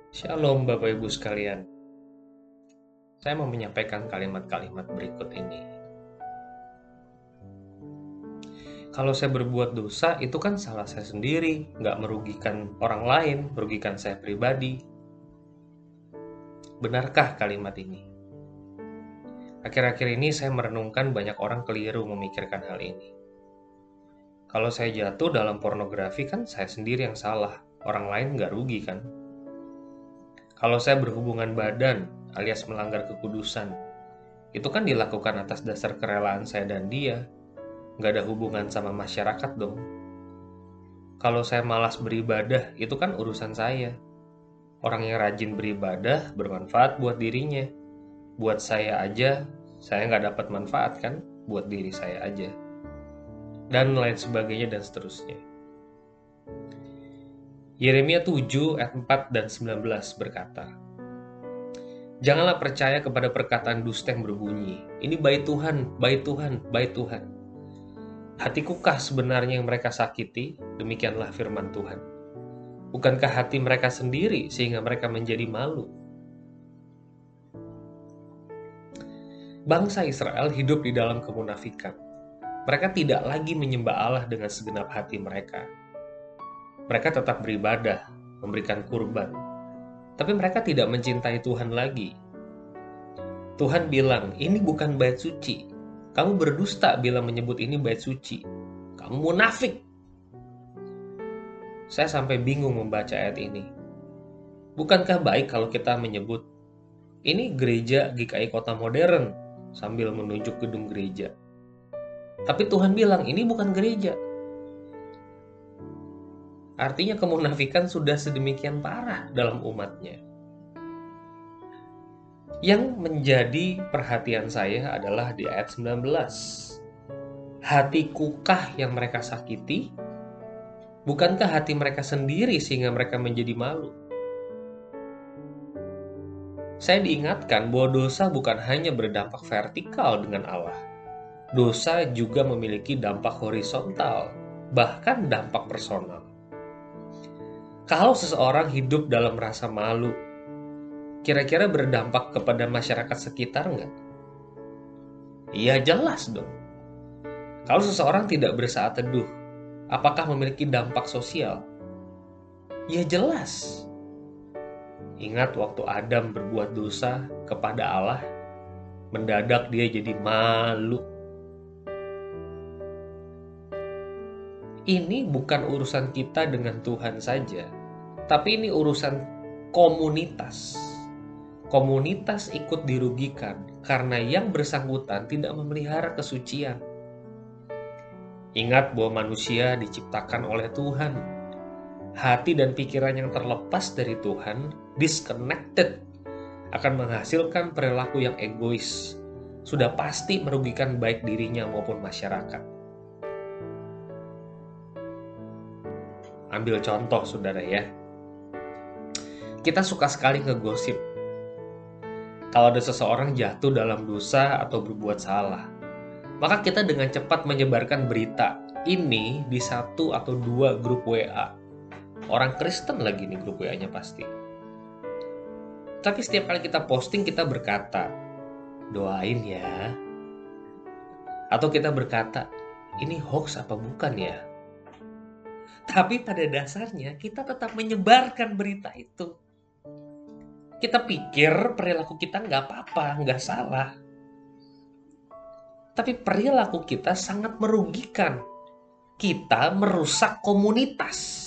Shalom Bapak Ibu sekalian. Saya mau menyampaikan kalimat-kalimat berikut ini. Kalau saya berbuat dosa, itu kan salah saya sendiri, nggak merugikan orang lain, merugikan saya pribadi. Benarkah kalimat ini? Akhir-akhir ini saya merenungkan banyak orang keliru memikirkan hal ini. Kalau saya jatuh dalam pornografi kan saya sendiri yang salah, orang lain nggak rugi kan? Kalau saya berhubungan badan alias melanggar kekudusan, itu kan dilakukan atas dasar kerelaan saya dan dia, nggak ada hubungan sama masyarakat dong. Kalau saya malas beribadah, itu kan urusan saya. Orang yang rajin beribadah bermanfaat buat dirinya. Buat saya aja, saya nggak dapat manfaat kan? Buat diri saya aja. Dan lain sebagainya dan seterusnya. Yeremia 7 ayat 4 dan 19 berkata, "Janganlah percaya kepada perkataan dusta yang berbunyi, ini bait Tuhan, bait Tuhan, bait Tuhan. Hatikukah sebenarnya yang mereka sakiti? Demikianlah firman Tuhan. Bukankah hati mereka sendiri sehingga mereka menjadi malu?" Bangsa Israel hidup di dalam kemunafikan. Mereka tidak lagi menyembah Allah dengan segenap hati mereka. Mereka tetap beribadah, memberikan kurban. Tapi mereka tidak mencintai Tuhan lagi. Tuhan bilang, ini bukan bait suci. Kamu berdusta bila menyebut ini bait suci. Kamu munafik. Saya sampai bingung membaca ayat ini. Bukankah baik kalau kita menyebut, ini gereja GKI Kota Modern, sambil menunjuk gedung gereja. Tapi Tuhan bilang, ini bukan gereja. Artinya kemunafikan sudah sedemikian parah dalam umatnya. Yang menjadi perhatian saya adalah di ayat 19. Hatikukah yang mereka sakiti? Bukankah hati mereka sendiri sehingga mereka menjadi malu? Saya diingatkan bahwa dosa bukan hanya berdampak vertikal dengan Allah. Dosa juga memiliki dampak horizontal, bahkan dampak personal. Kalau seseorang hidup dalam rasa malu, kira-kira berdampak kepada masyarakat sekitar nggak? Iya jelas dong. Kalau seseorang tidak bersaat teduh, apakah memiliki dampak sosial? Ya jelas. Ingat waktu Adam berbuat dosa kepada Allah, mendadak dia jadi malu. Ini bukan urusan kita dengan Tuhan saja, tapi ini urusan komunitas. Komunitas ikut dirugikan karena yang bersangkutan tidak memelihara kesucian. Ingat bahwa manusia diciptakan oleh Tuhan. Hati dan pikiran yang terlepas dari Tuhan, disconnected, akan menghasilkan perilaku yang egois. Sudah pasti merugikan baik dirinya maupun masyarakat. Ambil contoh, saudara ya. Kita suka sekali ngegosip. Kalau ada seseorang jatuh dalam dosa atau berbuat salah, maka kita dengan cepat menyebarkan berita ini di 1 atau 2 grup WA. Orang Kristen lagi nih grup WA-nya pasti. Tapi setiap kali kita posting kita berkata, doain ya. Atau kita berkata, ini hoax apa bukan ya? Tapi pada dasarnya kita tetap menyebarkan berita itu. Kita pikir perilaku kita nggak apa-apa, nggak salah. Tapi perilaku kita sangat merugikan. Kita merusak komunitas.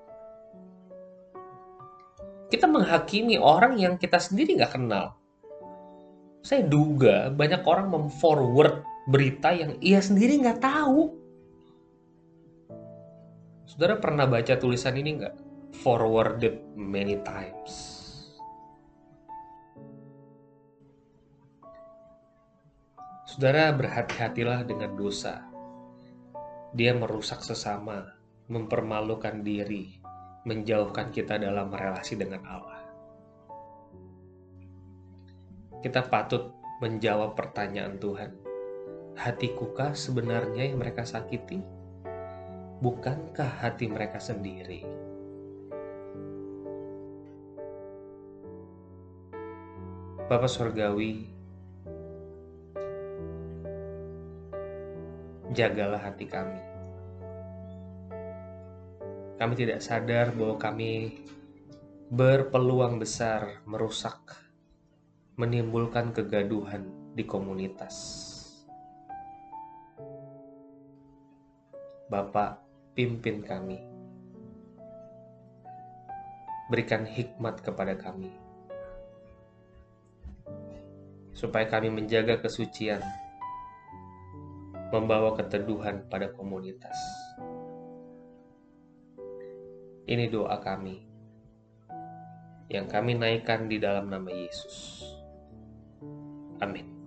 Kita menghakimi orang yang kita sendiri nggak kenal. Saya duga banyak orang memforward berita yang ia sendiri nggak tahu. Saudara pernah baca tulisan ini nggak? Forwarded many times. Saudara berhati-hatilah dengan dosa. Dia merusak sesama, mempermalukan diri, menjauhkan kita dalam relasi dengan Allah. Kita patut menjawab pertanyaan Tuhan. Hatikukah sebenarnya yang mereka sakiti? Bukankah hati mereka sendiri? Bapa Surgawi, jagalah hati kami. Kami tidak sadar bahwa kami berpeluang besar merusak, menimbulkan kegaduhan di komunitas. Bapak, pimpin kami. Berikan hikmat kepada kami, supaya kami menjaga kesucian, membawa keteduhan pada komunitas. Ini doa kami, yang kami naikkan di dalam nama Yesus. Amin.